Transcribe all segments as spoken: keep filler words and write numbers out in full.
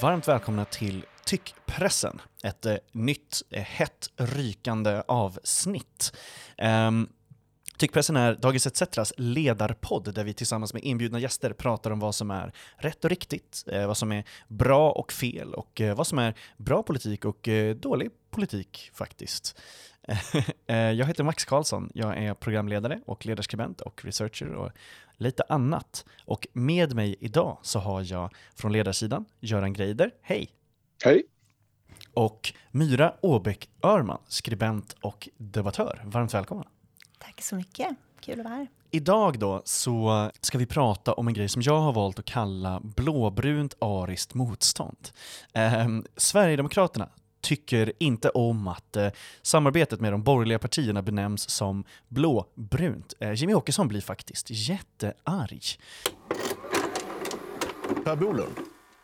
Varmt välkomna till Tyckpressen, ett eh, nytt, eh, hett, rykande avsnitt. Um, Tyckpressen är Dagens E C Tras ledarpodd där vi tillsammans med inbjudna gäster pratar om vad som är rätt och riktigt, eh, vad som är bra och fel och eh, vad som är bra politik och eh, dålig politik faktiskt. Jag heter Max Karlsson, jag är programledare och ledarskribent och researcher och lite annat. Och med mig idag så har jag från ledarsidan Göran Greider, hej! Hej! Och Myra Åbäck Örman, skribent och debattör. Varmt välkomna! Tack så mycket, kul att vara här. Idag då så ska vi prata om en grej som jag har valt att kalla blåbrunt ariskt motstånd. Eh, Sverigedemokraterna tycker inte om att eh, samarbetet med de borgerliga partierna benämns som blåbrunt. Eh, Jimmie Åkesson blir faktiskt jättearg. Per Bolund,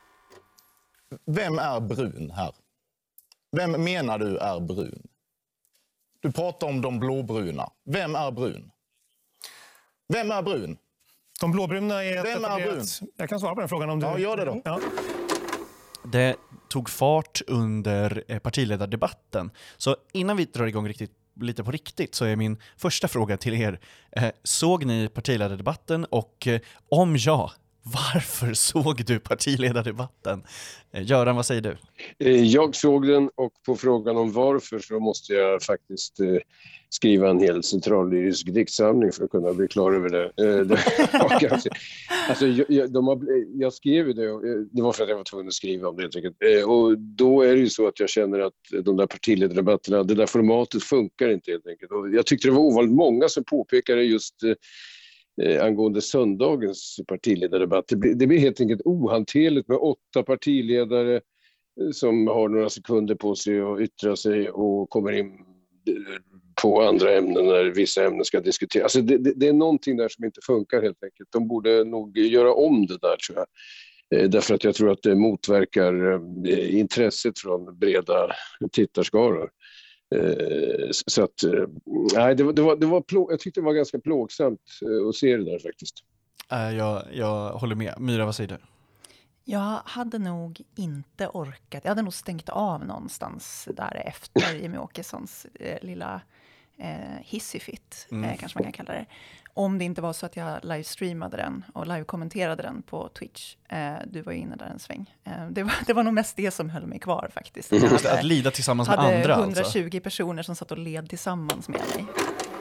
vem är brun här? Vem menar du är brun? Du pratar om de blåbruna. Vem är brun? Vem är brun? De blåbruna är... Vem är brun? Jag kan svara på den frågan om du... Ja, gör det då. Ja. Det tog fart under partiledardebatten. Så innan vi drar igång riktigt, lite på riktigt så är min första fråga till er. Eh, såg ni partiledardebatten och eh, om ja, varför såg du partiledardebatten? Eh, Göran, vad säger du? Jag såg den och på frågan om varför så måste jag faktiskt eh, skriva en hel centrallyrisk diktsamling för att kunna bli klar över det. Eh, det kanske, alltså, jag, de har, jag skrev ju det, det var för att jag var tvungen att skriva om det helt enkelt. Eh, och då är det ju så att jag känner att de där partiledardebatterna, det där formatet funkar inte helt enkelt. Och jag tyckte det var ovanligt många som påpekade just eh, Eh, angående söndagens partiledardebatt. Det blir, det blir helt enkelt ohanterligt med åtta partiledare eh, som har några sekunder på sig att yttra sig och kommer in på andra ämnen när vissa ämnen ska diskuteras. Alltså det, det, det är någonting där som inte funkar helt enkelt. De borde nog göra om det där, tror jag. Eh, därför att jag tror att det motverkar eh, intresset från breda tittarskaror. Eh, så att nej, det var, det var, det var plå- jag tyckte det var ganska plågsamt eh, att se det där faktiskt. Eh, jag, jag håller med. Myra, vad säger du? Jag hade nog inte orkat, jag hade nog stängt av någonstans där efter Jimmie Åkessons eh, lilla eh, hissifit, Mm. eh, kanske man kan kalla det. Om det inte var så att jag livestreamade den och live-kommenterade den på Twitch. Eh, du var ju inne där en sväng. Eh, det, var, det var nog mest det som höll mig kvar faktiskt. Jag hade, att lida tillsammans med hade andra hundratjugo alltså. personer som satt och led tillsammans med mig.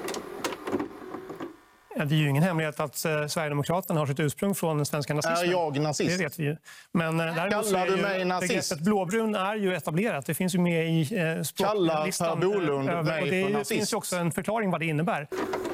Ja, det är ju ingen hemlighet att eh, Sverigedemokraterna har sitt ursprung från den svenska nazismen. Är jag nazist? Det vet vi ju. Men eh, däremot så Kallar är du ju mig nazist? begreppet blåbrun är ju etablerat. Det finns ju med i eh, språklistan. Kallar Per Bolund eh, mig och det för är, nazist? finns ju också en förklaring vad det innebär.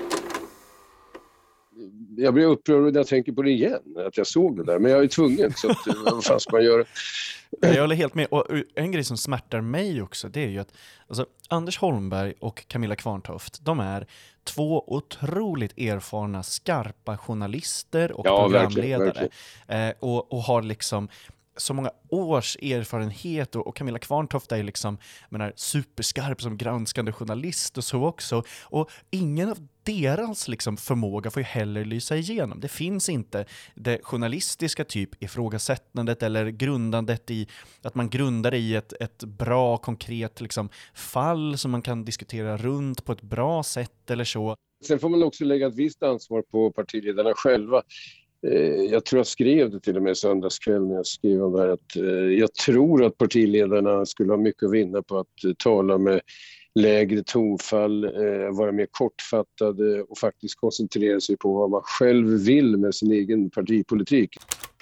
Jag blir upprörd när jag tänker på det igen, att jag såg det där. Men jag är tvungen, så att, vad fan ska man göra? Jag håller helt med. Och en grej som smärtar mig också, det är ju att alltså, Anders Holmberg och Camilla Kvarntoft, de är två otroligt erfarna, skarpa journalister och Ja, programledare. verkligen, verkligen. Eh, och, och har liksom så många års erfarenhet och, och Camilla Kvarntoft är liksom menar, superskarp som granskande journalist och så också. Och ingen av deras liksom förmåga får ju heller lysa igenom. Det finns inte det journalistiska typ ifrågasättandet eller grundandet i att man grundar i ett, ett bra konkret liksom, fall som man kan diskutera runt på ett bra sätt eller så. Sen får man också lägga ett visst ansvar på partiledarna själva. Jag tror jag skrev det till och med söndagskväll när jag skrev om det här att jag tror att partiledarna skulle ha mycket att vinna på att tala med lägre tonfall, vara mer kortfattade och faktiskt koncentrera sig på vad man själv vill med sin egen partipolitik.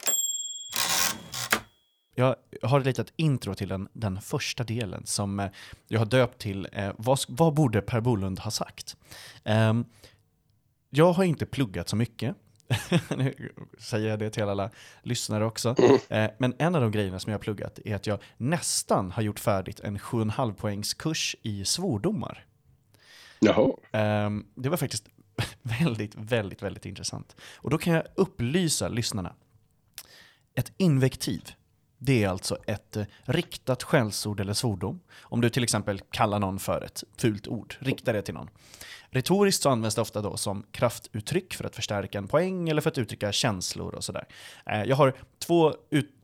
Jag har ett litet intro till den, den första delen som jag har döpt till eh, vad, vad borde Per Bolund ha sagt? Eh, jag har inte pluggat så mycket. Nu säger jag det till alla lyssnare också. Eh, men en av de grejerna som jag har pluggat är att jag nästan har gjort färdigt en sju och en halv poängs kurs i svordomar. Jaha. Eh, det var faktiskt väldigt, väldigt, väldigt intressant. Och då kan jag upplysa lyssnarna. Ett invektiv, det är alltså ett eh, riktat skällsord eller svordom. Om du till exempel kallar någon för ett fult ord, riktar det till någon. Retoriskt så används det ofta då som kraftuttryck för att förstärka en poäng eller för att uttrycka känslor och sådär. Eh, jag har två ut-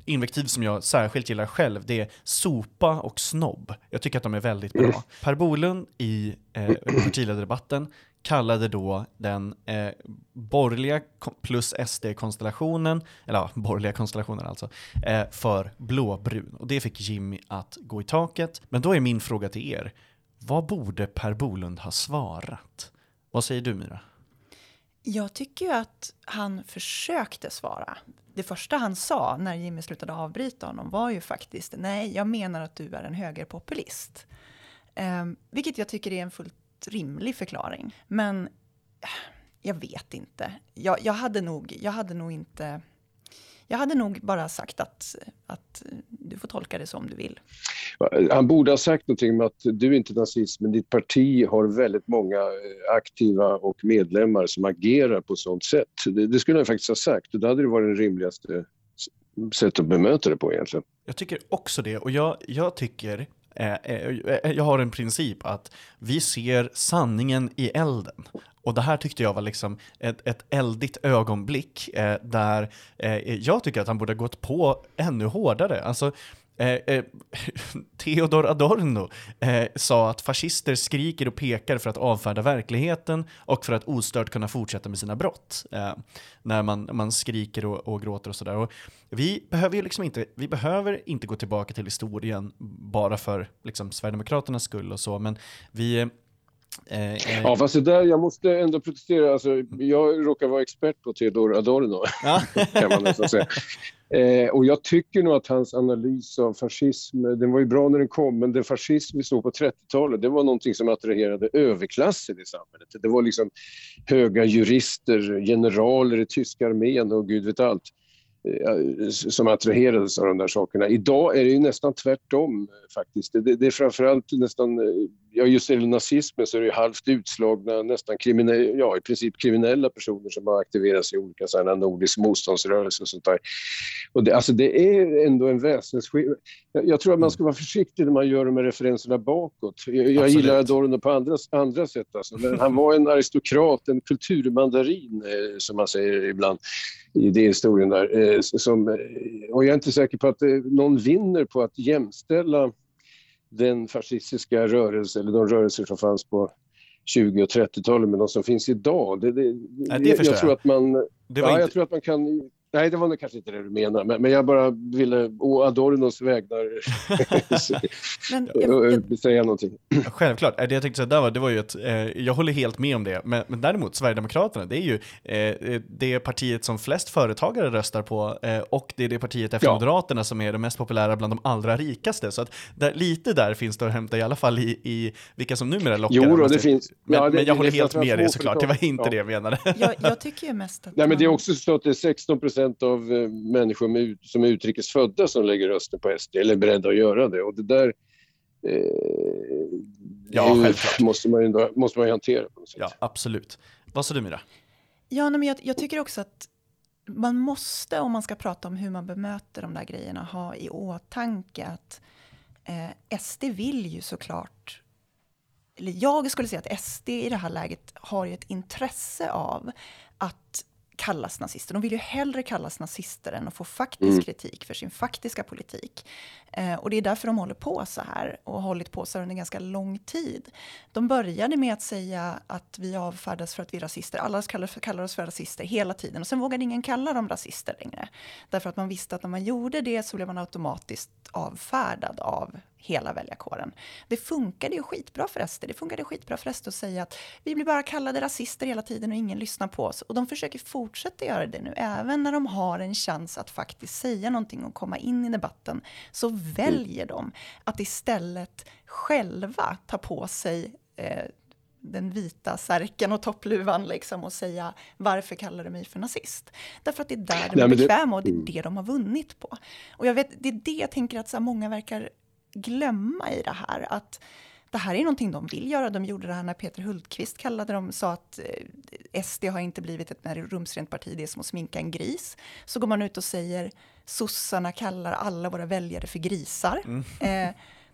invektiv som jag särskilt gillar själv, det är sopa och snobb. Jag tycker att de är väldigt bra. Per Bolund i eh, partiledardebatten kallade då den eh, borgerliga plus S D-konstellationen, eller ja, borgerliga konstellationen alltså, eh, för blåbrun. Och det fick Jimmy att gå i taket. Men då är min fråga till er, vad borde Per Bolund ha svarat? Vad säger du, Myra? Jag tycker ju att han försökte svara. Det första han sa när Jimmy slutade avbryta honom var ju faktiskt, nej, jag menar att du är en högerpopulist. Eh, vilket jag tycker är en fullt rimlig förklaring. Men jag vet inte. Jag, jag, hade nog, jag hade nog inte... Jag hade nog bara sagt att, att du får tolka det som du vill. Han borde ha sagt någonting om att du är inte nazist, men ditt parti har väldigt många aktiva och medlemmar som agerar på sånt sätt. Det, det skulle han faktiskt ha sagt, och det hade det varit det rimligaste sättet att bemöta det på egentligen. Jag tycker också det, och jag, jag tycker... Jag har en princip att vi ser sanningen i elden. Och det här tyckte jag var liksom ett, ett eldigt ögonblick eh, där eh, jag tycker att han borde ha gått på ännu hårdare. Alltså, eh, eh, Theodor Adorno eh, sa att fascister skriker och pekar för att avfärda verkligheten och för att ostört kunna fortsätta med sina brott. Eh, när man, man skriker och, och gråter och sådär. Och vi behöver ju liksom inte, vi behöver inte gå tillbaka till historien bara för liksom Sverigedemokraternas skull och så, men vi... Eh, eh. Ja, fast det där, jag måste ändå protestera. Alltså, jag råkar vara expert på Theodor Adorno, ja. kan man nästan säga. Eh, och jag tycker nog att hans analys av fascism, den var ju bra när den kom, men den fascism vi såg på trettiotalet, det var någonting som attraherade överklassen i samhället. Det var liksom höga jurister, generaler i tyska armén och gud vet allt som attraherades av de där sakerna. Idag är det ju nästan tvärtom faktiskt. Det, det är framförallt nästan, ja just i nazismen så är det ju halvt utslagna, nästan kriminella, ja i princip kriminella personer som har aktiverats i olika sådana nordisk motståndsrörelser och sånt där. Och det, alltså det är ändå en väsensskillnad. Jag, jag tror att man ska vara försiktig när man gör de här referenserna bakåt. Jag, jag gillar Adorno på andra, andra sätt alltså. Men han var en aristokrat, en kulturmandarin som man säger ibland i det historien där. Som, och jag är inte säker på att någon vinner på att jämställa den fascistiska rörelsen eller de rörelser som fanns på tjugo- och trettiotalet med de som finns idag. Det, det, Nej, det jag, jag tror att man det var ja, inte... jag tror att man kan. Nej, det var nog kanske inte det du menar, men, men jag bara ville å Adornos vägnar men, jag, jag... säga någonting. Självklart, det jag tänkte säga där var, det var ju att eh, jag håller helt med om det, men, men däremot Sverigedemokraterna, det är ju eh, det partiet som flest företagare röstar på eh, och det är det partiet efter ja. Moderaterna som är det mest populära bland de allra rikaste, så att där, lite där finns det att hämta i alla fall i, i vilka som numera lockar. Jo, då, det finns. Men, ja, det, men jag det, håller det, helt med det såklart, det var inte ja. det jag menade. Jag, jag tycker ju mest att... Nej, man... men det är också så att det är sexton procent av människor med, som är utrikesfödda som lägger rösten på S D eller är beredda att göra det. Och det där eh, ja, det måste man ju måste man ju hantera på något sätt. Ja, absolut. Vad sa du, Myra? Ja, men jag, jag tycker också att man måste, om man ska prata om hur man bemöter de där grejerna, ha i åtanke att eh, S D vill ju såklart, eller jag skulle säga att S D i det här läget har ju ett intresse av att kallas nazister. De vill ju hellre kallas nazister än att få faktisk mm. kritik för sin faktiska politik. Eh, och det är därför de håller på så här och har hållit på så här under ganska lång tid. De började med att säga att vi avfärdas för att vi är rasister. Alla kallar, kallar oss för rasister hela tiden. Och sen vågade ingen kalla dem rasister längre. Därför att man visste att när man gjorde det så blev man automatiskt avfärdad av hela väljarkåren. Det funkade ju skitbra för S D. Det funkade skitbra för S D att säga att vi blir bara kallade rasister hela tiden och ingen lyssnar på oss. Och de försöker fortsätta göra det nu. Även när de har en chans att faktiskt säga någonting och komma in i debatten så väljer de att istället själva ta på sig eh, den vita särken och toppluvan liksom och säga varför kallar du mig för nazist? Därför att det är där de är bekväma och det är det de har vunnit på. Och jag vet, det är det jag tänker att så här, många verkar glömma i det här, att det här är någonting de vill göra. De gjorde det här när Peter Hultqvist kallade dem, sa att eh, S D har inte blivit ett mer rumsrent parti, det är som att sminka en gris. Så går man ut och säger sossarna kallar alla våra väljare för grisar. Mm. Eh,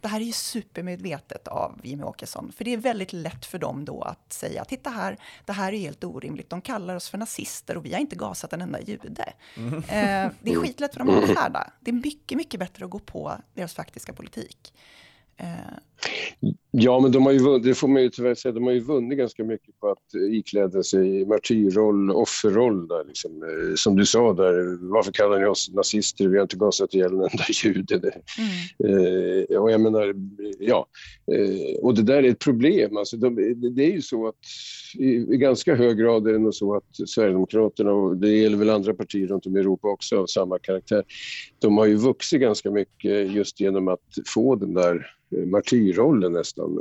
det här är ju supermedvetet av Jimmie Åkesson. För det är väldigt lätt för dem då att säga, titta här, det här är helt orimligt. De kallar oss för nazister och vi har inte gasat en enda jude. Mm. Eh, det är skitlätt för dem att avfärda. Det är mycket, mycket bättre att gå på deras faktiska politik. Eh. Ja, men de har ju vunnit, det får man ju tyvärr säga, de har ju vunnit ganska mycket på att ikläda sig martyrroll, offerroll där liksom. Som du sa där, varför kallar ni oss nazister? Vi har inte gasat ihjäl en enda jude. Mm. Eh, och jag menar, ja, eh, och det där är ett problem. Alltså, de, det är ju så att i, i ganska hög grad är det nog så att Sverigedemokraterna, och det gäller väl andra partier runt om i Europa också av samma karaktär, de har ju vuxit ganska mycket just genom att få den där martyrrollen nästan.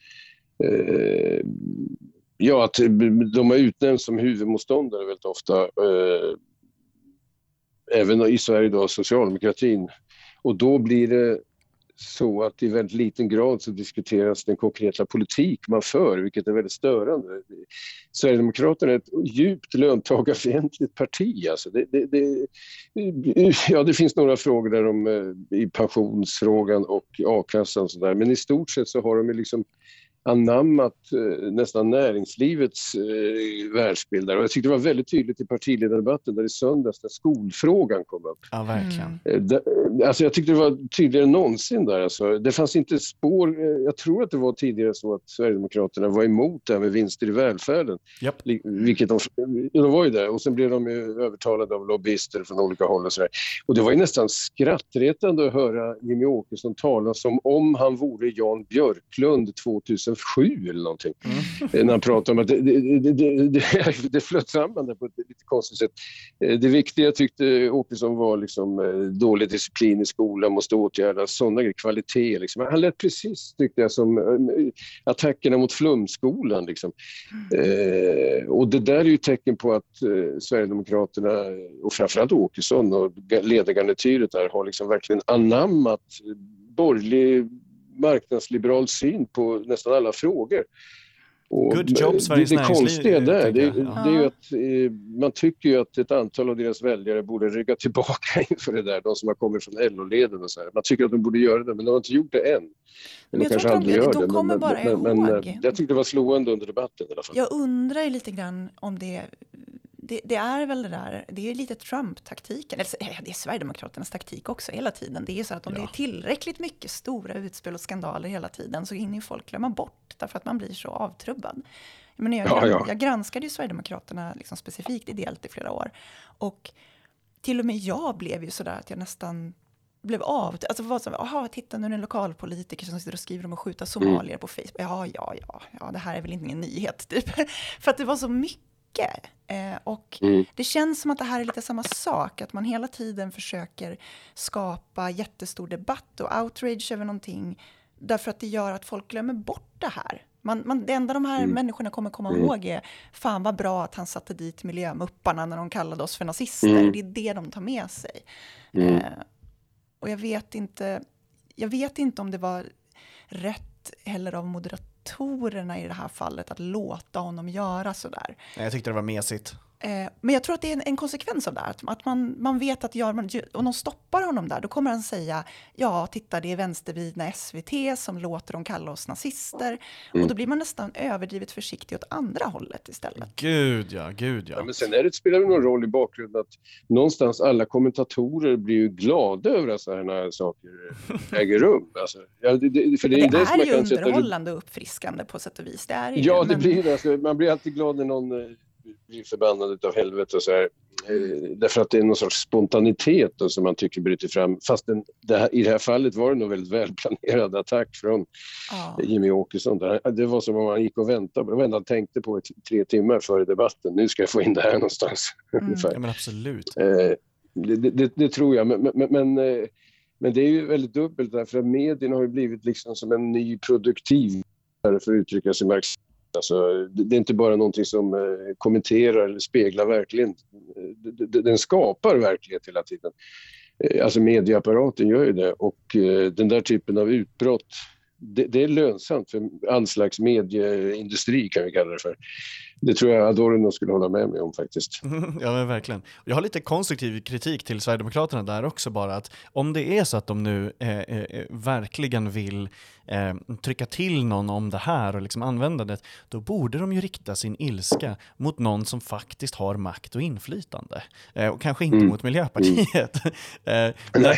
Eh, ja, att de har utnämnts som huvudmotståndare väldigt ofta. Eh, även i Sverige då, socialdemokratin. Och då blir det så att i väldigt liten grad så diskuteras den konkreta politik man för, vilket är väldigt störande. Sverigedemokraterna är ett djupt löntagarfientligt parti. Alltså det, det, det, ja, det finns några frågor där om, i pensionsfrågan och a-kassan och så där, men i stort sett så har de liksom anammat eh, nästan näringslivets eh, världsbildare. Och jag tyckte det var väldigt tydligt i partiledardebatten där i söndags när skolfrågan kom upp. Ja, verkligen. Eh, där, alltså jag tyckte det var tydligare än någonsin där. Alltså, det fanns inte spår, eh, jag tror att det var tidigare så att Sverigedemokraterna var emot det här med vinster i välfärden. Yep. Vilket de, de var ju där. Och sen blev de ju övertalade av lobbyister från olika håll och så där. Och det var ju nästan skrattretande att höra Jimmie Åkesson tala som om han vore Jan Björklund tjugohundrasju eller någonting. Mm. När han pratar om att det, det, det, det, det, det flöt samman på ett lite konstigt sätt. Det viktiga tyckte Åkesson var liksom dålig disciplin i skolan, måste åtgärdas, sådana grejer, kvalitet. Liksom. Han lät precis, tyckte jag, som attackerna mot flumskolan. Liksom. Mm. Eh, och det där är ju tecken på att eh, Sverigedemokraterna och framförallt Åkesson och ledargarnityret där har liksom verkligen anammat borgerlig marknadsliberal syn på nästan alla frågor. Och Good job, Sveriges det, det konstiga där, det, ja. det är ju att eh, man tycker ju att ett antal av deras väljare borde rygga tillbaka inför det där, de som har kommit från L O-leden och så här. Man tycker att de borde göra det, men de har inte gjort det än. Men jag kanske tror aldrig de, gör de det. kommer Men, bara men, ihåg. men jag tyckte det var slående under debatten i alla fall. Jag undrar ju lite grann om det Det, det är väl det där, det är lite Trump-taktiken, eller det är Sverigedemokraternas taktik också hela tiden. Det är så att om ja. det är tillräckligt mycket stora utspel och skandaler hela tiden så hinner ju folk glömma bort därför att man blir så avtrubbad. Men jag, ja, ja. jag granskade ju Sverigedemokraterna liksom specifikt ideellt i flera år och till och med jag blev ju sådär att jag nästan blev av. Alltså var så, aha, titta nu är det en lokalpolitiker som sitter och skriver om att skjuta somalier mm. på Facebook. Ja, ja, ja, ja, det här är väl ingen nyhet typ. För att det var så mycket. Eh, och mm. det känns som att det här är lite samma sak, att man hela tiden försöker skapa jättestor debatt och outrage över någonting därför att det gör att folk glömmer bort det här. Man, man, det enda de här mm. människorna kommer komma mm. ihåg är fan vad bra att han satte dit miljömupparna när de kallade oss för nazister. Mm. Det är det de tar med sig. Mm. Eh, och jag vet inte jag vet inte om det var rätt heller av moderatorerna i det här fallet att låta honom göra sådär. Jag tyckte det var mesigt. Eh, men jag tror att det är en, en konsekvens av det här. Att man, man vet att gör man, om de stoppar honom där, då kommer han säga ja, titta, det är vänstervridna S V T som låter dem kalla oss nazister. Mm. Och då blir man nästan överdrivet försiktig åt andra hållet istället. Gud ja, gud ja. ja men sen är det, spelar det någon roll i bakgrunden att någonstans alla kommentatorer blir ju glada över att sådana här saker äger rum. Alltså, ja, det, det, för det, det är, det är som ju kan underhållande och uppfriskande på sätt och vis. Det är ju, ja, det men... blir det. Alltså, man blir alltid glad när någon blir förbannad av helvete och så här. Därför att det är någon sorts spontanitet då, som man tycker bryter fram. Fast den, det här, i det här fallet var det nog väldigt välplanerad attack från ja. Jimmie Åkesson. Det var som om man gick och väntade. Det var ändå han tänkte på ett, tre timmar före debatten. Nu ska jag få in det här någonstans. Mm. Ja, men absolut. det, det, det, det tror jag. Men, men, men, men det är ju väldigt dubbelt därför att medierna har ju blivit liksom som en ny produktiv för att uttrycka sig marxistiskt. Alltså, det är inte bara någonting som eh, kommenterar eller speglar verkligen. Den skapar verklighet hela tiden. Eh, alltså medieapparaten gör ju det. Och eh, den där typen av utbrott det, det är lönsamt för all slags medieindustri, kan vi kalla det för. Det tror jag Adorno skulle hålla med mig om faktiskt. Ja, men verkligen. Jag har lite konstruktiv kritik till Sverigedemokraterna där också, bara att om det är så att de nu eh, eh, verkligen vill eh, trycka till någon om det här och liksom använda det, då borde de ju rikta sin ilska mot någon som faktiskt har makt och inflytande. Eh, och kanske inte mm. mot Miljöpartiet. Mm. eh, Nej.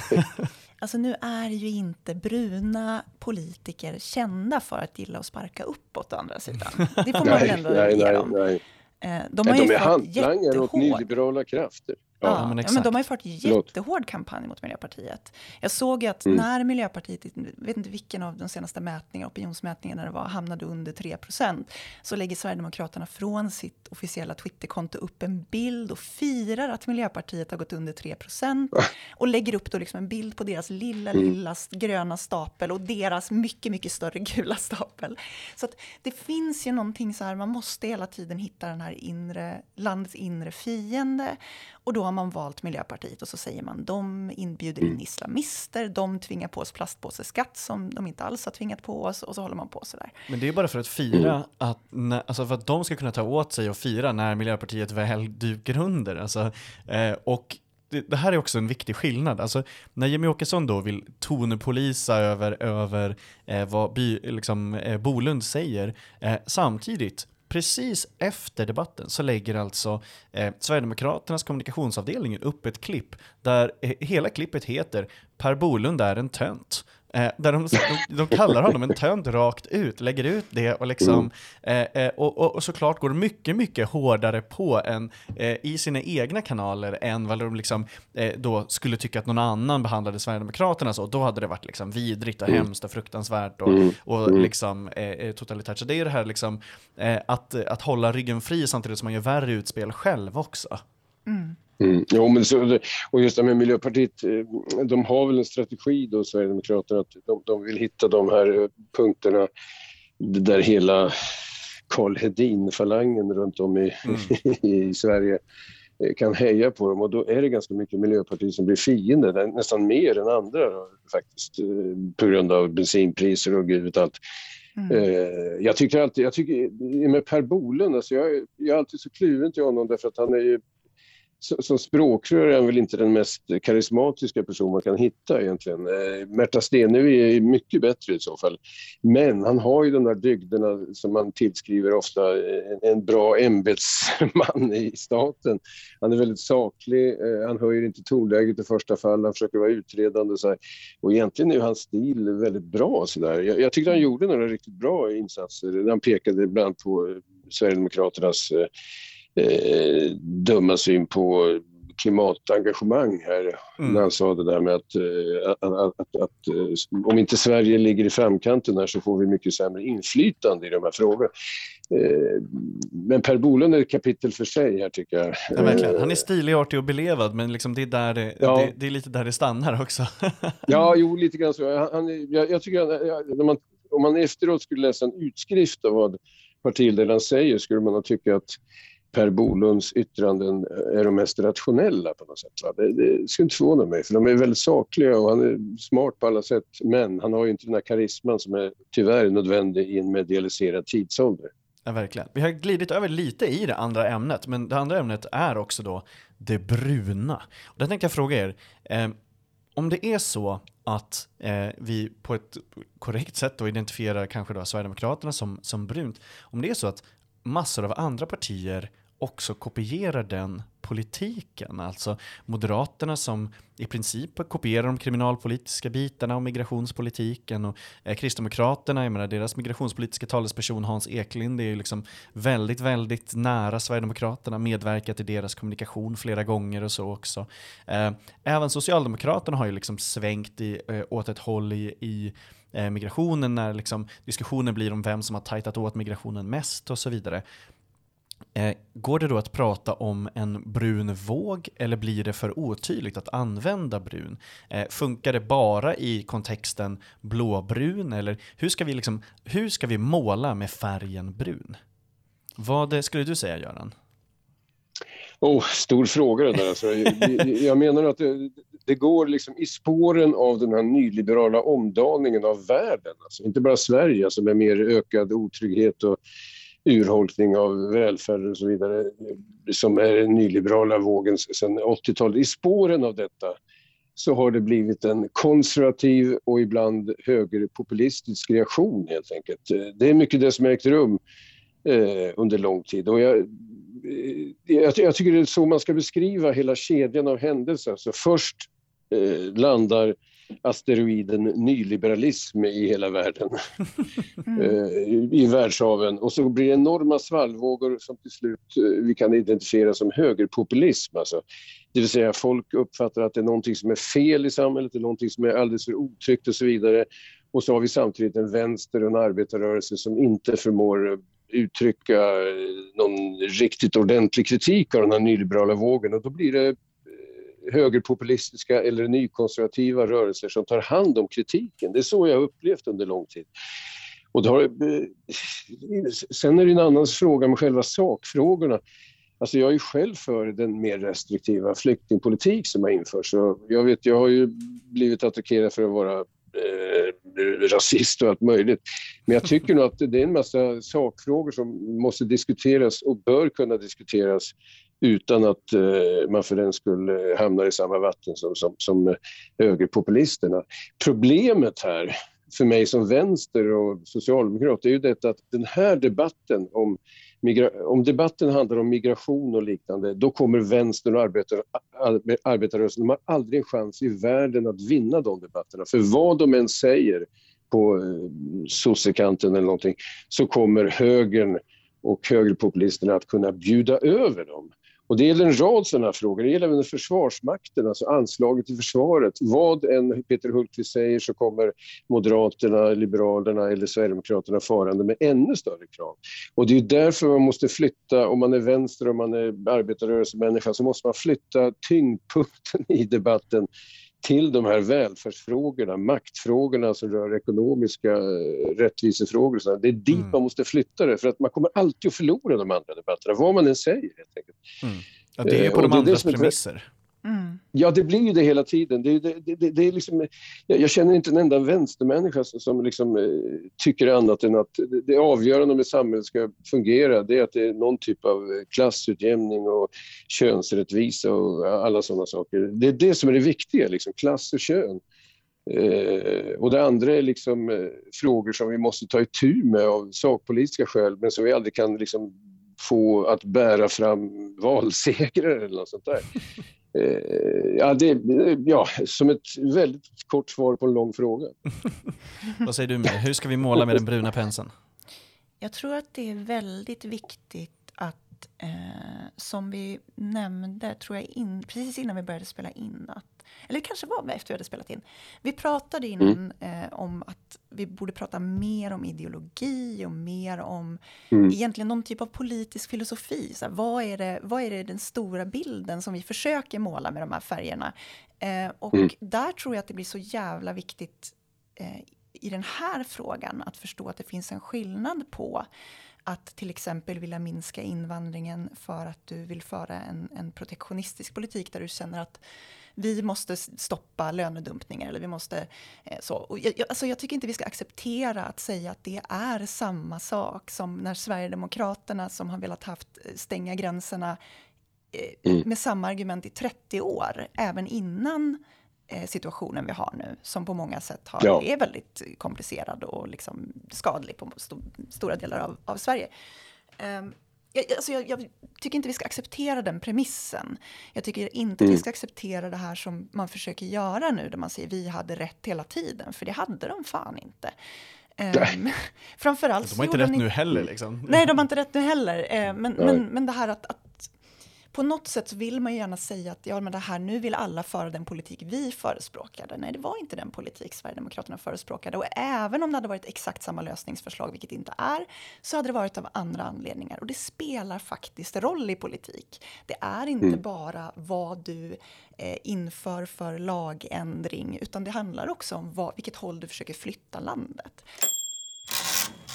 Alltså nu är ju inte bruna politiker kända för att gilla att sparka uppåt å andra sidan. Det får man nej, väl ändå nej, ge nej, dem. nej. De, har de ju är fått hantlangare åt jättehård... nyliberala krafter. Ja, ja, men, ja, men de har ju fått jättehård kampanj mot Miljöpartiet. Jag såg att mm. när Miljöpartiet, jag vet inte vilken av de senaste mätningarna, opinionsmätningarna det var, hamnade under tre procent, så lägger Sverigedemokraterna från sitt officiella Twitterkonto upp en bild och firar att Miljöpartiet har gått under tre procent och lägger upp då liksom en bild på deras lilla, mm. lilla gröna stapel och deras mycket, mycket större gula stapel. Så att det finns ju någonting så här, man måste hela tiden hitta den här inre, landets inre fiende. Och då har man valt Miljöpartiet och så säger man de inbjuder in islamister, de tvingar på oss plastpåseskatt som de inte alls har tvingat på oss, och så håller man på så där. Men det är bara för att fira, att, när, alltså för att de ska kunna ta åt sig och fira när Miljöpartiet väl dyker under. Alltså, eh, och det, det här är också en viktig skillnad. Alltså, när Jimmie Åkesson då vill tonpolisa över, över eh, vad by, liksom, eh, Bolund säger, eh, samtidigt precis efter debatten så lägger alltså eh, Sverigedemokraternas kommunikationsavdelning upp ett klipp där eh, hela klippet heter Per Bolund är en tönt. Eh, där de, de, de kallar honom en tönt rakt ut, lägger ut det och liksom eh, eh, och, och, och såklart går mycket, mycket hårdare på än eh, i sina egna kanaler än vad de liksom eh, då skulle tycka att någon annan behandlade Sverigedemokraterna så. Då hade det varit liksom vidrigt och hemskt och fruktansvärt och, och liksom eh, totalitärt. Så det är det här liksom eh, att, att hålla ryggen fri samtidigt som man gör värre utspel själv också. Mm. Mm. Jo, men så, och just det med Miljöpartiet, de har väl en strategi då, Sverigedemokraterna, att de, de vill hitta de här punkterna där hela Carl Hedin-falangen runt om i, mm. i Sverige kan heja på dem, och då är det ganska mycket Miljöpartiet som blir fiende, nästan mer än andra då, faktiskt, på grund av bensinpriser och gud allt. Mm. Jag tycker alltid, jag tycker med Per Bolund, alltså jag, jag är alltid så kluven till honom därför att han är ju som språkrör är han väl inte den mest karismatiska person man kan hitta egentligen. Eh, Märta Stenevi är mycket bättre i så fall. Men han har ju de där dygderna som man tillskriver ofta en, en bra ämbetsman i staten. Han är väldigt saklig, eh, han höjer inte tonläget i första fall, han försöker vara utredande och så här. Och egentligen är ju hans stil väldigt bra så där. Jag, jag tyckte han gjorde några riktigt bra insatser. Han pekade ibland på Sverigedemokraternas eh, Eh, dumma syn på klimatengagemang här, mm. när han sa det där med att, att, att, att, att om inte Sverige ligger i framkanten här så får vi mycket sämre inflytande i de här frågorna. Eh, men Per Bolund är ett kapitel för sig här, tycker jag. Ja, verkligen. Han är stilig, artig och belevad, men liksom det, är där det, ja. det, det är lite där det stannar också. Ja, jo, lite grann så. Han, jag, jag tycker att när man, om man efteråt skulle läsa en utskrift av vad partiledaren säger, skulle man tycka att Per Bolunds yttranden är de mest rationella på något sätt. Va? Det, det skulle inte förvåna mig, för de är väldigt sakliga och han är smart på alla sätt, men han har ju inte den här karisman som är tyvärr nödvändig i en medialiserad tidsålder. Ja, verkligen. Vi har glidit över lite i det andra ämnet, men det andra ämnet är också då det bruna. Och där tänkte jag fråga er, eh, om det är så att eh, vi på ett korrekt sätt då identifierar kanske då Sverigedemokraterna som, som brunt, om det är så att massor av andra partier också kopierar den politiken. Alltså Moderaterna som i princip kopierar de kriminalpolitiska bitarna och migrationspolitiken, och eh, Kristdemokraterna, jag menar deras migrationspolitiska talesperson Hans Eklind är ju liksom väldigt, väldigt nära Sverigedemokraterna, medverkat i deras kommunikation flera gånger och så också. Eh, även Socialdemokraterna har ju liksom svängt i, eh, åt ett håll i, i eh, migrationen när liksom diskussionen blir om vem som har tajtat åt migrationen mest och så vidare. Eh, går det då att prata om en brun våg, eller blir det för otydligt att använda brun? Eh, funkar det bara i kontexten blåbrun, eller hur ska vi liksom, hur ska vi måla med färgen brun? Vad skulle du säga, Göran? Oh, stor fråga det där. Alltså, jag, jag menar att det, det går liksom i spåren av den här nyliberala omdaningen av världen. Alltså, inte bara Sverige, alltså, med mer ökad otrygghet och urholkning av välfärd och så vidare, som är den nyliberala vågen sedan åttiotalet. I spåren av detta så har det blivit en konservativ och ibland högerpopulistisk reaktion helt enkelt. Det är mycket det som har ägt rum eh, under lång tid. Och jag, jag, jag tycker det är så man ska beskriva hela kedjan av händelser. Så först eh, landar asteroiden nyliberalism i hela världen, mm. i världshaven. Och så blir det enorma svallvågor som till slut vi kan identifiera som högerpopulism. Alltså. Det vill säga folk uppfattar att det är någonting som är fel i samhället, det är någonting som är alldeles för otryggt och så vidare. Och så har vi samtidigt en vänster och en arbetarrörelse som inte förmår uttrycka någon riktigt ordentlig kritik av den här nyliberala vågen. Och då blir det högerpopulistiska eller nykonservativa rörelser som tar hand om kritiken. Det är så jag har upplevt under lång tid. Och då har, sen är det en annan fråga med själva sakfrågorna. Alltså jag är ju själv för den mer restriktiva flyktingpolitik som har införts. Jag vet, jag har ju blivit attackerad för att vara eh, rasist och allt möjligt. Men jag tycker nog att det är en massa sakfrågor som måste diskuteras och bör kunna diskuteras utan att eh, man för den skulle hamna i samma vatten som, som, som högerpopulisterna. Problemet här för mig som vänster och socialdemokrat är ju detta att den här debatten om, migra- om debatten handlar om migration och liknande, då kommer vänstern och arbetar, arbetarrörelsen, de har aldrig en chans i världen att vinna de debatterna. För vad de än säger på eh, sossekanten eller någonting, så kommer högern och högerpopulisterna att kunna bjuda över dem. Och det gäller en rad sådana frågor. Det gäller även försvarsmakten, alltså anslaget till försvaret. Vad än Peter Hultqvist säger så kommer Moderaterna, Liberalerna eller Sverigedemokraterna farande med ännu större krav. Och det är därför man måste flytta, om man är vänster och man är arbetarrörelsemänniska, så måste man flytta tyngdpunkten i debatten till de här välfärdsfrågorna, maktfrågorna som rör ekonomiska rättvisefrågor. Det är dit mm. man måste flytta det, för att man kommer alltid att förlora de andra debatterna, vad man än säger helt enkelt. Mm. Ja, det är ju på eh, de andras premisser. Mm. Ja, det blir ju det hela tiden. Det, det, det, det, det är liksom, jag, jag känner inte en enda vänstermänniska som, som liksom, eh, tycker annat än att det, det avgörande om ett samhälle ska fungera, det är att det är någon typ av klassutjämning och könsrättvisa och alla sådana saker. Det är det som är det viktiga, liksom, klass och kön. Eh, och det andra är liksom eh, frågor som vi måste ta itu med av sakpolitiska skäl, men som vi aldrig kan liksom få att bära fram valsegrar eller något sånt där. Eh, ja, det, ja, som ett väldigt kort svar på en lång fråga. Vad säger du med? Hur ska vi måla med den bruna penseln? Jag tror att det är väldigt viktigt att, eh, som vi nämnde, tror jag in, precis innan vi började spela in, att, eller det kanske var efter vi hade spelat in. Vi pratade innan mm. eh, om att vi borde prata mer om ideologi och mer om mm. egentligen någon typ av politisk filosofi. Så här, vad, är det, vad är det den stora bilden som vi försöker måla med de här färgerna? Eh, och mm. där tror jag att det blir så jävla viktigt eh, i den här frågan att förstå att det finns en skillnad på att till exempel vilja minska invandringen för att du vill föra en, en protektionistisk politik där du känner att vi måste stoppa lönedumpningar eller vi måste eh, så. Och jag, alltså jag tycker inte vi ska acceptera att säga att det är samma sak som när Sverigedemokraterna som har velat haft stänga gränserna eh, mm. med samma argument i trettio år, även innan eh, situationen vi har nu, som på många sätt har, ja. är väldigt komplicerad och liksom skadlig på st- stora delar av, av Sverige. Um, Jag, alltså jag, jag tycker inte vi ska acceptera den premissen. Jag tycker inte mm. vi ska acceptera det här som man försöker göra nu, där man säger vi hade rätt hela tiden, för det hade de fan inte. Um, framförallt de har inte rätt nu heller. Liksom. Nej, de har inte rätt nu heller. Uh, men, men, men det här att, att på något sätt så vill man ju gärna säga att ja, men det här, nu vill alla föra den politik vi förespråkade. Nej, det var inte den politik Sverigedemokraterna förespråkade. Och även om det hade varit exakt samma lösningsförslag, vilket inte är, så hade det varit av andra anledningar. Och det spelar faktiskt roll i politik. Det är inte mm. bara vad du eh, inför för lagändring, utan det handlar också om vad, vilket håll du försöker flytta landet.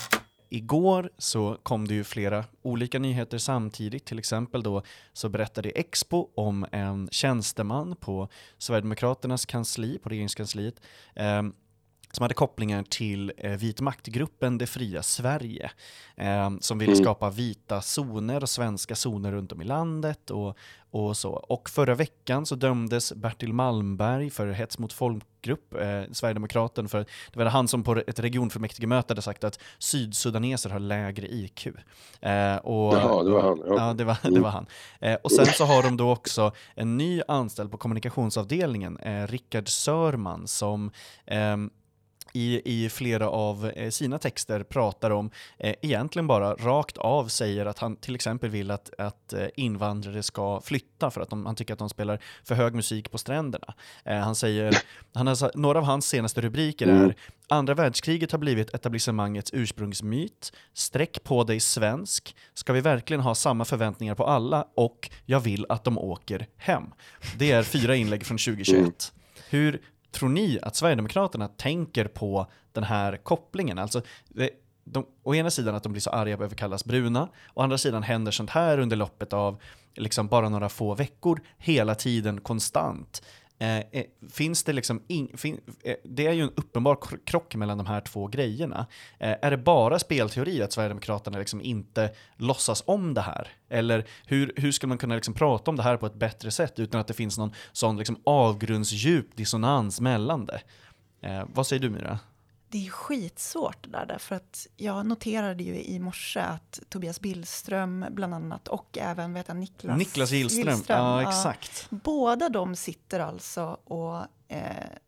igår så kom det ju flera olika nyheter samtidigt. Till exempel då så berättade Expo om en tjänsteman på Sverigedemokraternas kansli, på regeringskansliet, eh, som hade kopplingar till eh, vit maktgruppen Det fria Sverige, eh, som ville skapa vita zoner och svenska zoner runt om i landet och, och så. Och förra veckan så dömdes Bertil Malmberg för hets mot folkgrupp, eh, Sverigedemokraten, för det var han som på ett regionfullmäktigemöte hade sagt att sydsudaneser har lägre I Q. Eh, och, Jaha, det var han. Ja, ja det, var, det var han. Eh, och sen så har de då också en ny anställd på kommunikationsavdelningen, eh, Rickard Sörman, som eh, I, i flera av eh, sina texter pratar om, eh, egentligen bara rakt av säger att han till exempel vill att, att eh, invandrare ska flytta för att de, han tycker att de spelar för hög musik på stränderna. Eh, han säger, han har, några av hans senaste rubriker är: mm. Andra världskriget har blivit etablissemangets ursprungsmyt, sträck på dig svensk, ska vi verkligen ha samma förväntningar på alla, och jag vill att de åker hem. Det är fyra inlägg från tjugohundratjugoett. Mm. Hur tror ni att Sverigedemokraterna tänker på den här kopplingen? Alltså, de, de, å ena sidan att de blir så arga behöver kallas bruna, å andra sidan händer sånt här under loppet av liksom bara några få veckor, hela tiden, konstant. Eh, eh, finns det liksom in, fin, eh, det är ju en uppenbar krock mellan de här två grejerna. Eh, är det bara spelteori att Sverigedemokraterna liksom inte låtsas om det här? Eller hur, hur ska man kunna liksom prata om det här på ett bättre sätt utan att det finns någon sån liksom avgrundsdjup dissonans mellan det? Eh, vad säger du, Myra? Det är ju skitsvårt det där, därför att jag noterade ju i morse att Tobias Billström bland annat, och även vet jag, Niklas, Niklas Gillström, Gillström ja, ja exakt. Båda de sitter alltså och eh,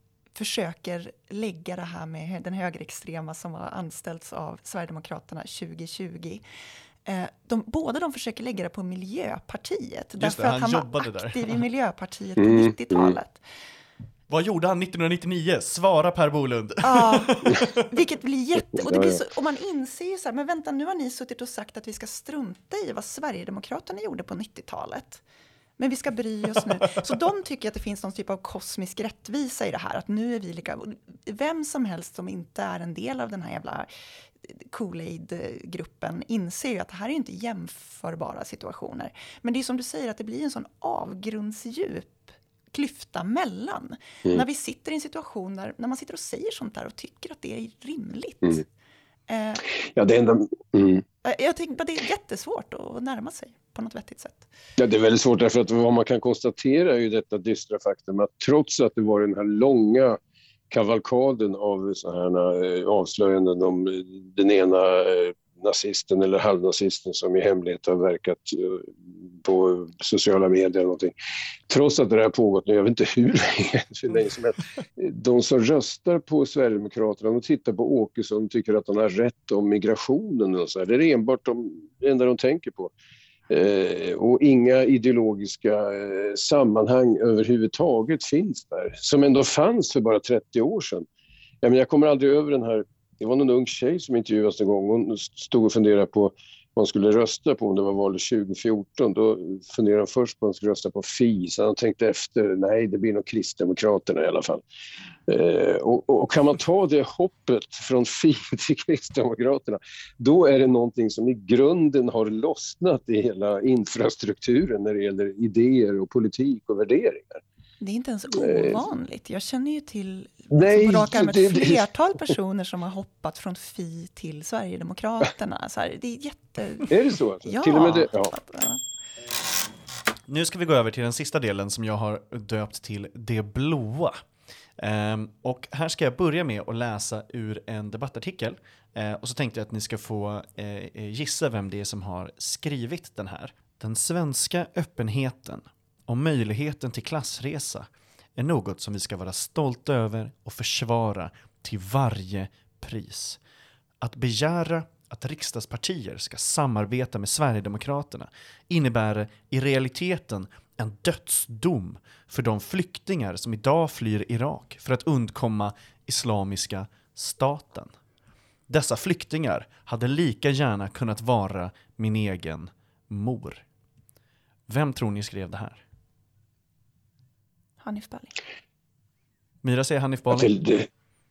försöker lägga det här med den högerextrema som har anställts av Sverigedemokraterna tjugo tjugo. Eh, de, båda de försöker lägga det på Miljöpartiet. Just därför det, att han han var aktiv där. i Miljöpartiet på mm, nittiotalet. Mm. Vad gjorde han nittonhundranittionio? Svara Per Bolund. Ja, vilket blir jätte... Och, det blir så, och man inser ju så här, men vänta, nu har ni suttit och sagt att vi ska strunta i vad Sverigedemokraterna gjorde på nittiotalet. Men vi ska bry oss nu. Så de tycker att det finns någon typ av kosmisk rättvisa i det här. Att nu är vi lika... Vem som helst som inte är en del av den här jävla Kool-Aid-gruppen inser ju att det här är inte jämförbara situationer. Men det är som du säger, att det blir en sån avgrundsdjup klyfta mellan. Mm. När vi sitter i en situation där när man sitter och säger sånt där och tycker att det är rimligt. Mm. Eh, ja, det enda... Mm. Jag tänker att det är jättesvårt att närma sig på något vettigt sätt. Ja, det är väldigt svårt, därför att vad man kan konstatera är ju detta dystra faktum att trots att det var den här långa kavalkaden av så här eh, avslöjanden om den ena eh, nazisten eller halvnazisten som i hemlighet har verkat eh, på sociala medier eller någonting. Trots att det här pågått nu, jag vet inte hur länge, hur länge som helst. De som röstar på Sverigedemokraterna, de tittar på Åkesson och tycker att han har rätt om migrationen och så här. Det är enbart de, det enda de tänker på. Eh, och inga ideologiska eh, sammanhang överhuvudtaget finns där. Som ändå fanns för bara trettio år sedan. Ja, men jag kommer aldrig över den här, det var någon ung tjej som intervjuades en gång. Hon stod och funderade på man skulle rösta på om det var valet tjugo fjorton. Då funderade han först på om han skulle rösta på F I. Så han tänkte efter, nej det blir nog Kristdemokraterna i alla fall. Eh, och, och kan man ta det hoppet från F I till Kristdemokraterna, då är det någonting som i grunden har lossnat i hela infrastrukturen när det gäller idéer och politik och värderingar. Det är inte ens ovanligt. Jag känner ju till Nej, på rak arm ett det, flertal personer som har hoppat från F I till Sverigedemokraterna. Så här, det är jätte... Är det så? Alltså? Ja. Till och med det, ja. Nu ska vi gå över till den sista delen som jag har döpt till Det blåa. Um, och här ska jag börja med att läsa ur en debattartikel. Uh, och så tänkte jag att ni ska få uh, gissa vem det är som har skrivit den här. Den svenska öppenheten och möjligheten till klassresa är något som vi ska vara stolta över och försvara till varje pris. Att begära att riksdagspartier ska samarbeta med Sverigedemokraterna innebär i realiteten en dödsdom för de flyktingar som idag flyr Irak för att undkomma islamiska staten. Dessa flyktingar hade lika gärna kunnat vara min egen mor. Vem tror ni skrev det här? Hanif Bali. Myra säger Hanif Bali. Det,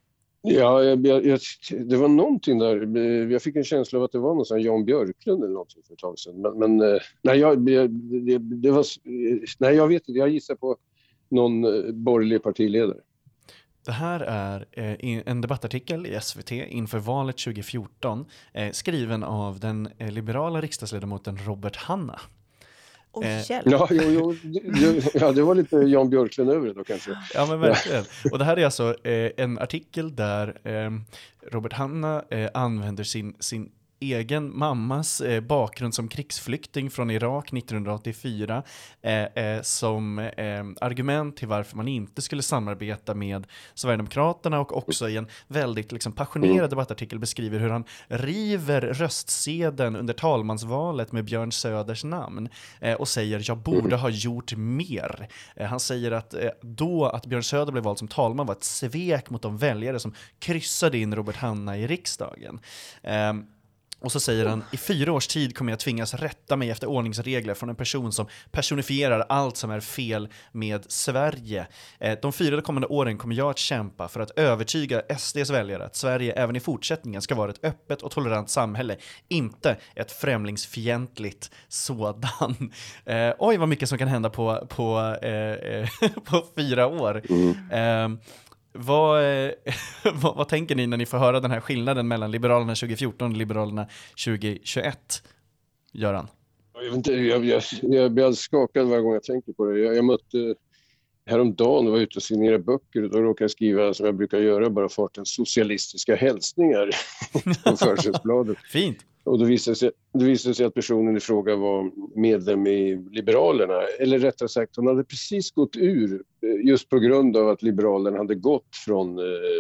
Ja, jag, jag, jag, det var någonting där. Jag fick en känsla av att det var någon sån Jan Björklund eller någonting för ett tag sedan. Men, men nej, jag, jag, det, det var, nej, jag vet inte. Jag gissar på någon borgerlig partiledare. Det här är eh, en debattartikel i S V T inför valet tjugo fjorton eh, skriven av den eh, liberala riksdagsledamoten Robert Hanna. Oh, eh, ja, jo, jo, det, ja, det var lite Jan Björklund över det då kanske. Ja, men verkligen. Och det här är alltså eh, en artikel där eh, Robert Hanna eh, använder sin, sin egen mammas eh, bakgrund som krigsflykting från Irak nittonhundraåttiofyra eh, eh, som eh, argument till varför man inte skulle samarbeta med Sverigedemokraterna, och också i en väldigt liksom, passionerad debattartikel beskriver hur han river röstsedeln under talmansvalet med Björn Söders namn eh, och säger jag borde ha gjort mer. Eh, han säger att eh, då att Björn Söder blev vald som talman var ett svek mot de väljare som kryssade in Robert Hanna i riksdagen. Eh, Och så säger han, i fyra års tid kommer jag tvingas rätta mig efter ordningsregler från en person som personifierar allt som är fel med Sverige. De fyra kommande åren kommer jag att kämpa för att övertyga S D:s väljare att Sverige även i fortsättningen ska vara ett öppet och tolerant samhälle, inte ett främlingsfientligt sådan. Eh, oj, vad mycket som kan hända på, på, eh, på fyra år. Mm. Eh, Vad, vad, vad tänker ni när ni får höra den här skillnaden mellan Liberalerna tjugo fjorton och Liberalerna tjugo tjugoett? Göran? Jag, vet inte, jag, jag, jag blir alldeles skakad varje gång jag tänker på det. Jag, jag mötte häromdagen och var ute och signerade böcker, och då råkade jag skriva, som jag brukar göra, bara farten socialistiska hälsningar på försättsbladet. Fint. Och då visade, sig, då visade sig att personen i fråga var medlem i Liberalerna. Eller rättare sagt, hon hade precis gått ur just på grund av att Liberalerna hade gått från...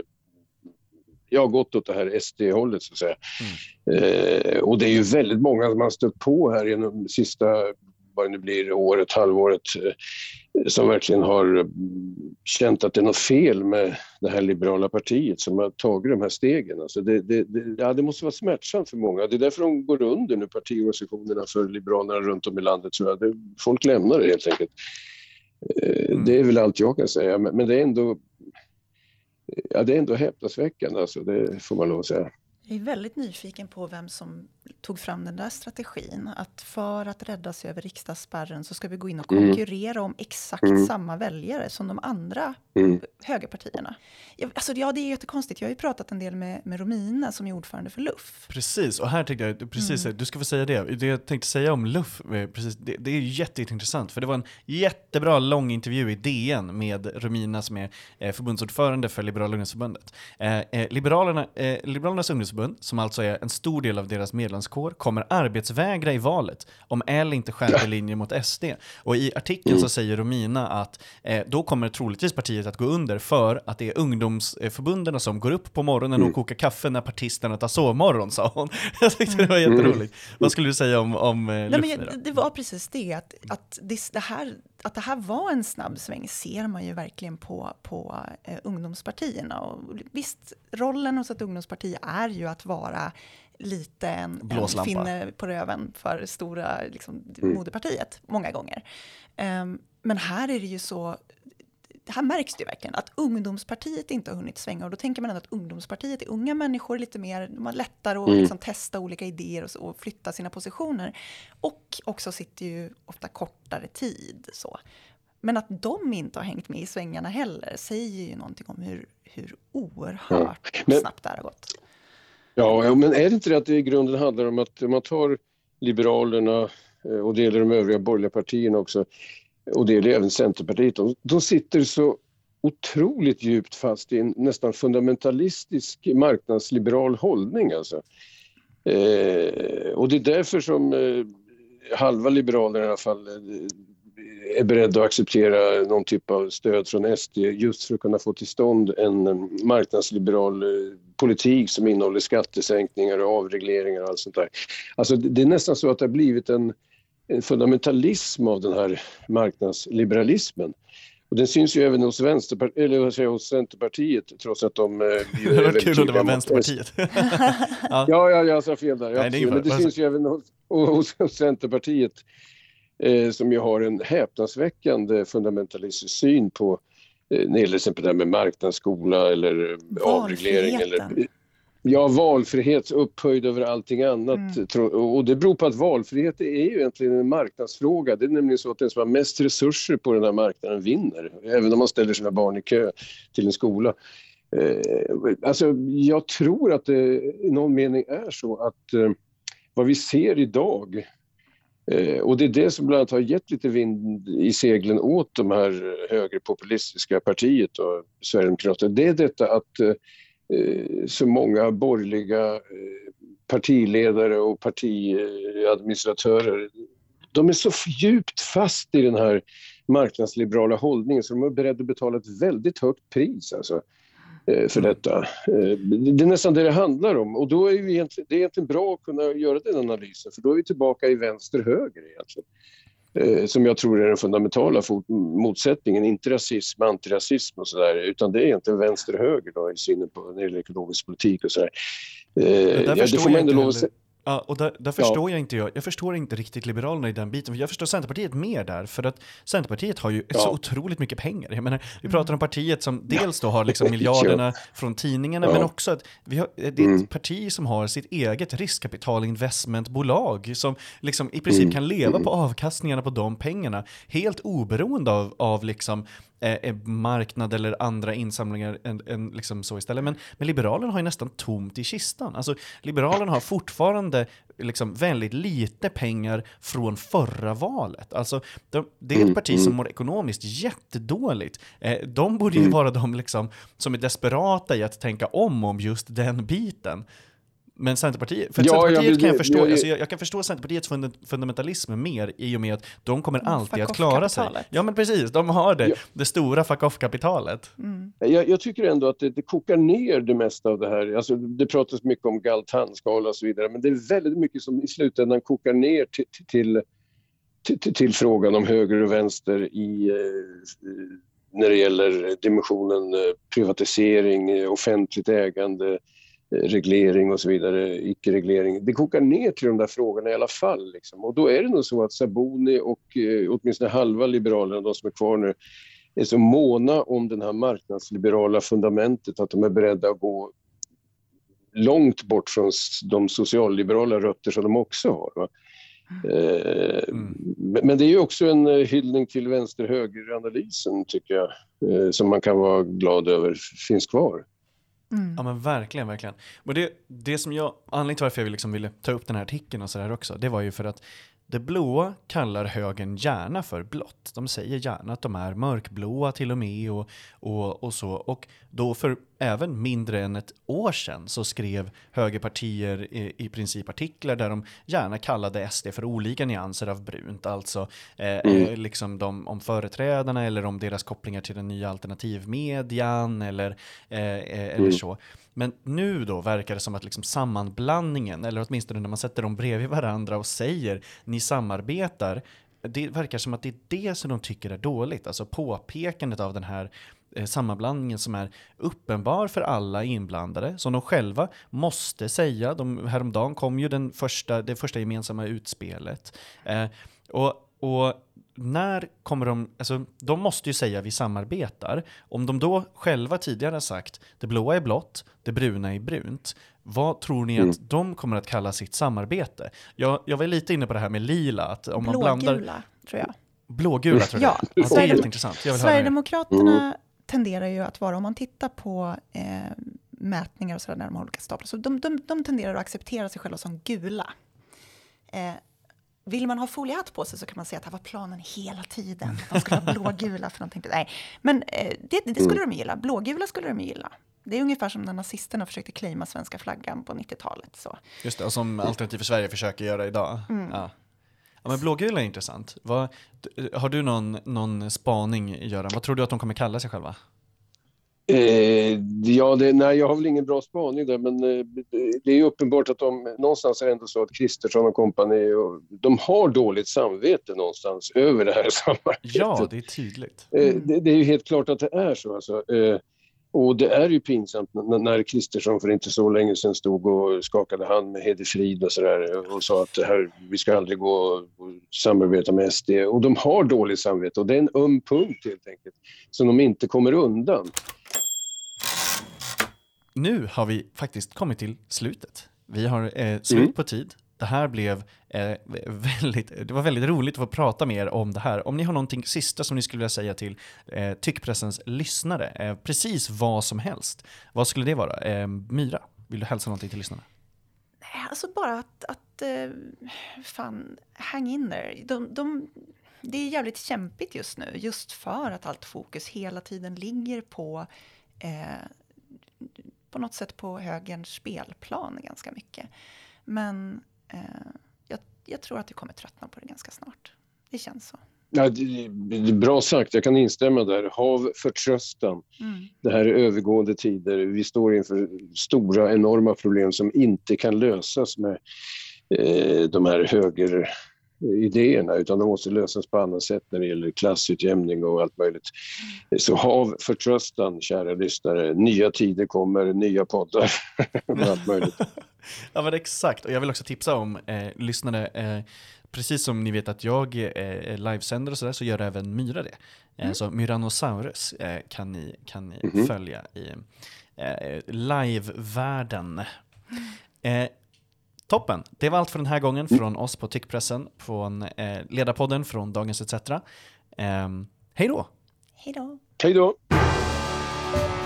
Jag har gått åt det här S D-hållet så att säga. Mm. Eh, och det är ju väldigt många som man stött på här genom sista, vad det nu blir, året, halvåret, eh, som verkligen har känt att det är något fel med det här liberala partiet som har tagit de här stegen. Alltså det, det, det, ja, det måste vara smärtsamt för många. Det är därför de går under nu, partiorganisationerna för liberalerna runt om i landet. Så det, folk lämnar det helt enkelt. Eh, mm. Det är väl allt jag kan säga, men, men det är ändå... Ja, det är ändå häpnadsväckande, alltså, det får man lov att säga. Jag är väldigt nyfiken på vem som tog fram den där strategin. Att för att rädda sig över riksdagsspärren så ska vi gå in och konkurrera mm. om exakt mm. samma väljare som de andra mm. högerpartierna. Jag, alltså, ja, det är jättekonstigt. Jag har ju pratat en del med, med Romina som är ordförande för L U F. Precis, och här tänkte jag, precis, mm. du ska få säga det. Det jag tänkte säga om L U F, precis, det, det är jätte, jätteintressant. För det var en jättebra lång intervju i D N med Romina som är eh, förbundsordförande för Liberala ungdomsförbundet. Eh, eh, Liberalerna, eh, Liberalernas ungdomsförbund, som alltså är en stor del av deras medlemskår, kommer arbetsvägra i valet om L inte skärper linjer mot S D. Och i artikeln så säger Romina att eh, då kommer troligtvis partiet att gå under för att det är ungdomsförbunden som går upp på morgonen och kokar kaffe när partisterna tar sovmorgon, sa hon. Jag tyckte det var jätteroligt. Vad skulle du säga om, om eh, Nej, men jag, det var precis det, att, att, det, det här, att det här var en snabb sväng ser man ju verkligen på, på eh, ungdomspartierna. Och visst, rollen hos ett ungdomsparti är ju att vara lite en, en finne på röven för stora liksom, moderpartiet många gånger. Um, men här är det ju så, här märks det ju verkligen att ungdomspartiet inte har hunnit svänga, och då tänker man ändå att ungdomspartiet är unga människor, lite mer, de har lättare att liksom, testa olika idéer och, och flytta sina positioner, och också sitter ju ofta kortare tid så. Men att de inte har hängt med i svängarna heller säger ju någonting om hur, hur oerhört ja. men, snabbt det har gått. Ja, men är det inte det att det i grunden handlar om att man tar Liberalerna och det gäller de övriga borgerliga partierna också, och det gäller även Centerpartiet, de, de sitter så otroligt djupt fast i en nästan fundamentalistisk marknadsliberal hållning alltså. Eh, och det är därför som eh, halva liberalerna i alla fall eh, är beredda att acceptera någon typ av stöd från S D just för att kunna få till stånd en marknadsliberal politik som innehåller skattesänkningar och avregleringar och allt sånt där. Alltså det är nästan så att det har blivit en, en fundamentalism av den här marknadsliberalismen. Och den syns ju även hos, Vänsterpart- eller vad säger jag, hos Centerpartiet, trots att de... Eh, det var kul om det var Vänsterpartiet. ja, ja, jag sa fel där. Nej, det men det syns ju även hos, hos, hos Centerpartiet, eh, som ju har en häpnadsväckande fundamentalistisk syn på när det gäller exempel det här med marknadsskola eller avreglering. Eller, ja, valfrihet upphöjd över allting annat. Mm. Och det beror på att valfrihet är ju egentligen en marknadsfråga. Det är nämligen så att den som har mest resurser på den här marknaden vinner. Även om man ställer sina barn i kö till en skola. Alltså, jag tror att det i någon mening är så att eh, vad vi ser idag, eh, och det är det som bland annat har gett lite vind i seglen åt de här högerpopulistiska partiet och Sverigedemokraterna, det är detta att eh, så många borgerliga eh, partiledare och partiadministratörer, de är så djupt fast i den här marknadsliberala hållningen så de är beredda att betala ett väldigt högt pris alltså. För detta. Det är nästan det det handlar om. Och då är ju egentligen, det är egentligen bra att kunna göra den analysen. För då är vi tillbaka i vänster-höger egentligen. Som jag tror är den fundamentala motsättningen. Inte rasism, antirasism och sådär. Utan det är egentligen vänster-höger då, i synen på när det gäller ekonomisk politik och sådär. Ja, det får man ändå lov att säga. Ja, och där, där förstår ja. jag inte jag. Jag förstår inte riktigt Liberalerna i den biten. För jag förstår Centerpartiet mer där. För att Centerpartiet har ju ja. så otroligt mycket pengar. Jag menar, vi pratar om partiet som dels då har liksom miljarderna ja. från tidningarna. Ja. Men också att vi har, det är ett mm. parti som har sitt eget riskkapitalinvestmentbolag. Som liksom i princip mm. kan leva mm. på avkastningarna på de pengarna. Helt oberoende av, av liksom Eh, marknad eller andra insamlingar än, än liksom så istället. Men, men Liberalerna har ju nästan tomt i kistan. Alltså Liberalerna har fortfarande liksom väldigt lite pengar från förra valet. Alltså de, det är ett parti som mår ekonomiskt jättedåligt. Eh, de borde ju vara de liksom som är desperata i att tänka om om just den biten. Men Centerpartiet, för ja, Centerpartiet jag, kan jag förstå, jag, alltså jag, jag kan förstå Centerpartiets fund, fundamentalism mer i och med att de kommer mm, alltid att klara sig. Ja men precis, de har det, ja. det stora fuck-off-kapitalet. Mm. Jag, jag tycker ändå att det, det kokar ner det mesta av det här. Alltså, det pratas mycket om Galtan-skala och så vidare, men det är väldigt mycket som i slutändan kokar ner till, till, till, till, till frågan om höger och vänster i, när det gäller dimensionen privatisering, offentligt ägande, reglering och så vidare, icke-reglering. Det kokar ner till de där frågorna i alla fall. Liksom. Och då är det nog så att Sabuni och eh, åtminstone halva liberalerna, de som är kvar nu, är så måna om den här marknadsliberala fundamentet att de är beredda att gå långt bort från de socialliberala rötter som de också har. Va? Eh, mm. Men det är ju också en hyllning till vänster-höger-analysen tycker jag, eh, som man kan vara glad över finns kvar. Mm. Ja men verkligen, verkligen. Och det, det som jag, anledningen till varför jag liksom ville ta upp den här artikeln och sådär också, det var ju för att det blåa kallar högern gärna för blått. De säger gärna att de är mörkblåa till och med och, och, och så. Och då för även mindre än ett år sedan så skrev högerpartier i, i princip artiklar där de gärna kallade S D för olika nyanser av brunt. Alltså eh, mm. liksom de, om företrädarna eller om deras kopplingar till den nya alternativmedian eller, eh, eh, eller mm. så. Men nu då verkar det som att liksom sammanblandningen, eller åtminstone när man sätter dem bredvid varandra och säger ni samarbetar, det verkar som att det är det som de tycker är dåligt. Alltså påpekandet av den här eh, sammanblandningen som är uppenbar för alla inblandade, som de själva måste säga. De, häromdagen kom ju den första, det första gemensamma utspelet. Eh, och, och när kommer de, alltså de måste ju säga vi samarbetar. Om de då själva tidigare har sagt det blåa är blått, det bruna är brunt, vad tror ni att de kommer att kalla sitt samarbete? Jag, jag var lite inne på det här med lila. Att om man blandar, blågula, tror jag. Blågula, tror jag. Ja, ja, det är jätteintressant. Jag vill Sverigedemokraterna mm. tenderar ju att vara, om man tittar på eh, mätningar och sådär när de har olika staplar, så de, de, de tenderar att acceptera sig själva som gula. Eh, Vill man ha foliehatt på sig så kan man säga att det var planen hela tiden. De skulle ha blågula för de tänkte, nej. Men eh, det, det skulle de gilla. Blågula skulle de gilla. Det är ungefär som när nazisterna försökte claima svenska flaggan på nittiotalet. Så. Just det, och som Alternativ för Sverige försöker göra idag. Mm. Ja. Ja, men blågula är intressant. Vad, har du någon, någon spaning, Göran? Vad tror du att de kommer kalla sig själva? Eh, ja, det, nej, jag har väl ingen bra spaning där, men eh, det är ju uppenbart att de någonstans är ändå så att Kristersson och kompani, och de har dåligt samvete någonstans över det här samarbetet. Ja, det är tydligt. Eh, det, det är ju helt klart att det är så. Alltså. Eh, Och det är ju pinsamt när, när Kristersson för inte så länge sedan stod och skakade hand med Hede Frid och sådär och sa att det här, vi ska aldrig gå och samarbeta med S D. Och de har dåligt samvete och det är en öm punkt helt enkelt som de inte kommer undan. Nu har vi faktiskt kommit till slutet. Vi har eh, slut Mm. på tid. Det här blev eh, väldigt, det var väldigt roligt att få prata med er om det här. Om ni har någonting sista som ni skulle vilja säga till eh, Tyckpressens lyssnare, eh, precis vad som helst. Vad skulle det vara? Eh, Myra, vill du hälsa någonting till lyssnarna? Alltså bara att, att eh, fan, hang in there. De, de, det är jävligt kämpigt just nu, just för att allt fokus hela tiden ligger på eh, på något sätt på högerns spelplan ganska mycket. Men eh, jag, jag tror att du kommer tröttna på det ganska snart. Det känns så. Ja, det, det är bra sagt, jag kan instämma där. Hav förtröstan. Mm. Det här är övergående tider. Vi står inför stora, enorma problem som inte kan lösas med eh, de här högeridéerna, utan de måste lösas på annat sätt när det gäller klassutjämning och allt möjligt. Så hav förtröstan, kära lyssnare. Nya tider kommer, nya poddar och allt möjligt. Ja, men exakt. Och jag vill också tipsa om eh, lyssnare, eh, precis som ni vet att jag eh, livesänder och sådär, så gör även Myra det. Mm. Eh, så Myrannosaurus eh, kan ni, kan ni mm-hmm. följa i eh, livevärlden. Mm. Eh, toppen. Det var allt för den här gången från oss på Tyckpressen, från eh, Ledarpodden, från Dagens et cetera. Eh, hej då! Hej då! Hej då!